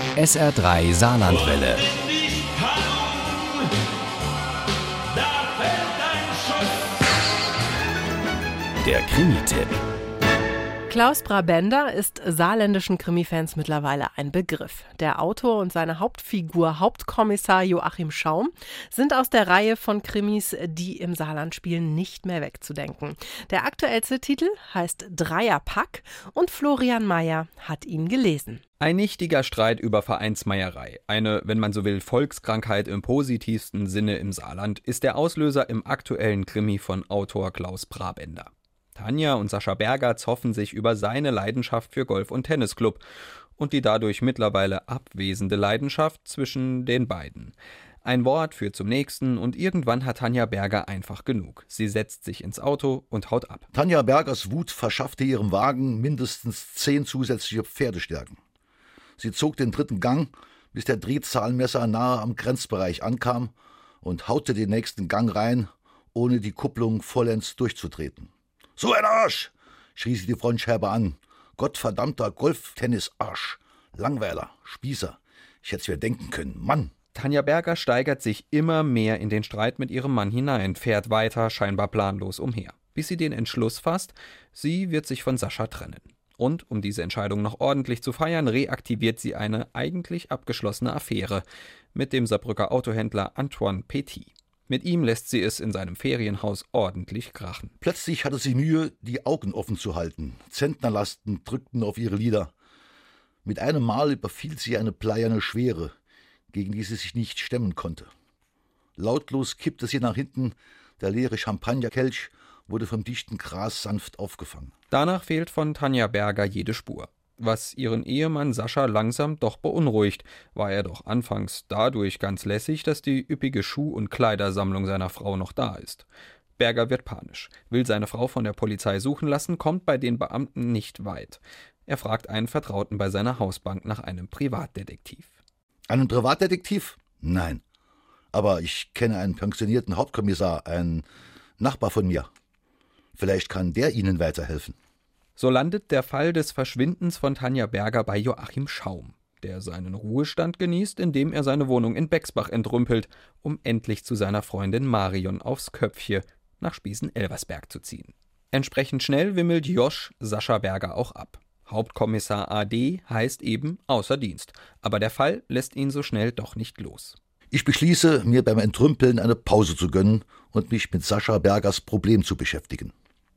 SR3 Saarlandwelle. Der Krimi-Tipp. Klaus Brabender ist saarländischen Krimifans mittlerweile ein Begriff. Der Autor und seine Hauptfigur, Hauptkommissar Joachim Schaum, sind aus der Reihe von Krimis, die im Saarland spielen, nicht mehr wegzudenken. Der aktuellste Titel heißt Dreierpack und Florian Mayer hat ihn gelesen. Ein nichtiger Streit über Vereinsmeierei, eine, wenn man so will, Volkskrankheit im positivsten Sinne im Saarland, ist der Auslöser im aktuellen Krimi von Autor Klaus Brabender. Tanja und Sascha Berger zoffen sich über seine Leidenschaft für Golf- und Tennisclub und die dadurch mittlerweile abwesende Leidenschaft zwischen den beiden. Ein Wort führt zum nächsten und irgendwann hat Tanja Berger einfach genug. Sie setzt sich ins Auto und haut ab. Tanja Bergers Wut verschaffte ihrem Wagen mindestens 10 zusätzliche Pferdestärken. Sie zog den 3. Gang, bis der Drehzahlmesser nahe am Grenzbereich ankam und haute den nächsten Gang rein, ohne die Kupplung vollends durchzutreten. »So ein Arsch!« schrie sie die Frontscherbe an. »Gottverdammter Golf-Tennis-Arsch! Langweiler, Spießer! Ich hätte es mir denken können, Mann!« Tanja Berger steigert sich immer mehr in den Streit mit ihrem Mann hinein, fährt weiter, scheinbar planlos umher. Bis sie den Entschluss fasst, sie wird sich von Sascha trennen. Und, um diese Entscheidung noch ordentlich zu feiern, reaktiviert sie eine eigentlich abgeschlossene Affäre mit dem Saarbrücker Autohändler Antoine Petit. Mit ihm lässt sie es in seinem Ferienhaus ordentlich krachen. Plötzlich hatte sie Mühe, die Augen offen zu halten. Zentnerlasten drückten auf ihre Lider. Mit einem Mal überfiel sie eine bleierne Schwere, gegen die sie sich nicht stemmen konnte. Lautlos kippte sie nach hinten, der leere Champagnerkelch wurde vom dichten Gras sanft aufgefangen. Danach fehlt von Tanja Berger jede Spur. Was ihren Ehemann Sascha langsam doch beunruhigt, war er doch anfangs dadurch ganz lässig, dass die üppige Schuh- und Kleidersammlung seiner Frau noch da ist. Berger wird panisch, will seine Frau von der Polizei suchen lassen, kommt bei den Beamten nicht weit. Er fragt einen Vertrauten bei seiner Hausbank nach einem Privatdetektiv. Einen Privatdetektiv? Nein. Aber ich kenne einen pensionierten Hauptkommissar, einen Nachbar von mir. Vielleicht kann der Ihnen weiterhelfen. So landet der Fall des Verschwindens von Tanja Berger bei Joachim Schaum, der seinen Ruhestand genießt, indem er seine Wohnung in Bexbach entrümpelt, um endlich zu seiner Freundin Marion aufs Köpfchen nach Spießen-Elversberg zu ziehen. Entsprechend schnell wimmelt Josch Sascha Berger auch ab. Hauptkommissar AD heißt eben außer Dienst, aber der Fall lässt ihn so schnell doch nicht los. Ich beschließe, mir beim Entrümpeln eine Pause zu gönnen und mich mit Sascha Bergers Problem zu beschäftigen.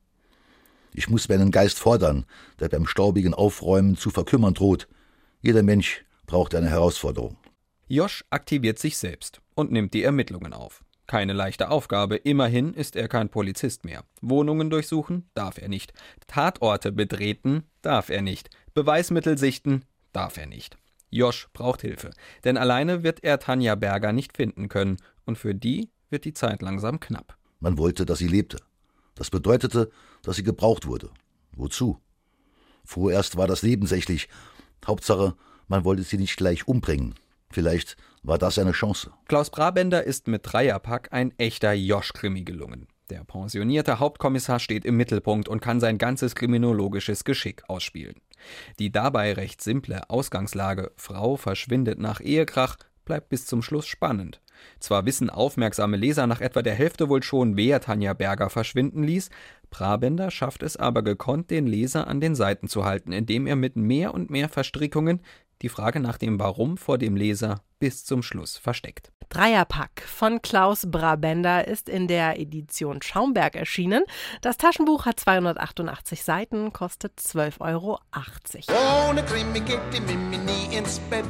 Ich muss meinen Geist fordern, der beim staubigen Aufräumen zu verkümmern droht. Jeder Mensch braucht eine Herausforderung. Josch aktiviert sich selbst und nimmt die Ermittlungen auf. Keine leichte Aufgabe, immerhin ist er kein Polizist mehr. Wohnungen durchsuchen darf er nicht. Tatorte betreten darf er nicht. Beweismittel sichten darf er nicht. Josch braucht Hilfe, denn alleine wird er Tanja Berger nicht finden können und für die wird die Zeit langsam knapp. Man wollte, dass sie lebte. Das bedeutete, dass sie gebraucht wurde. Wozu? Vorerst war das nebensächlich. Hauptsache, man wollte sie nicht gleich umbringen. Vielleicht war das eine Chance. Klaus Brabender ist mit Dreierpack ein echter Josch-Krimi gelungen. Der pensionierte Hauptkommissar steht im Mittelpunkt und kann sein ganzes kriminologisches Geschick ausspielen. Die dabei recht simple Ausgangslage, Frau verschwindet nach Ehekrach, bleibt bis zum Schluss spannend. Zwar wissen aufmerksame Leser nach etwa der Hälfte wohl schon, wer Tanja Berger verschwinden ließ, Brabender schafft es aber gekonnt, den Leser an den Seiten zu halten, indem er mit mehr und mehr Verstrickungen die Frage nach dem Warum vor dem Leser bis zum Schluss versteckt. Dreierpack von Klaus Brabender ist in der Edition Schaumberg erschienen. Das Taschenbuch hat 288 Seiten, kostet 12,80 Euro. Ohne Krimi geht die Mimi nie ins Bett.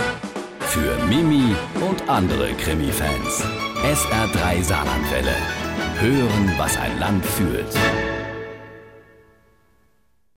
Für Mimi und andere Krimi-Fans. SR3 Saarlandwelle. Hören, was ein Land fühlt.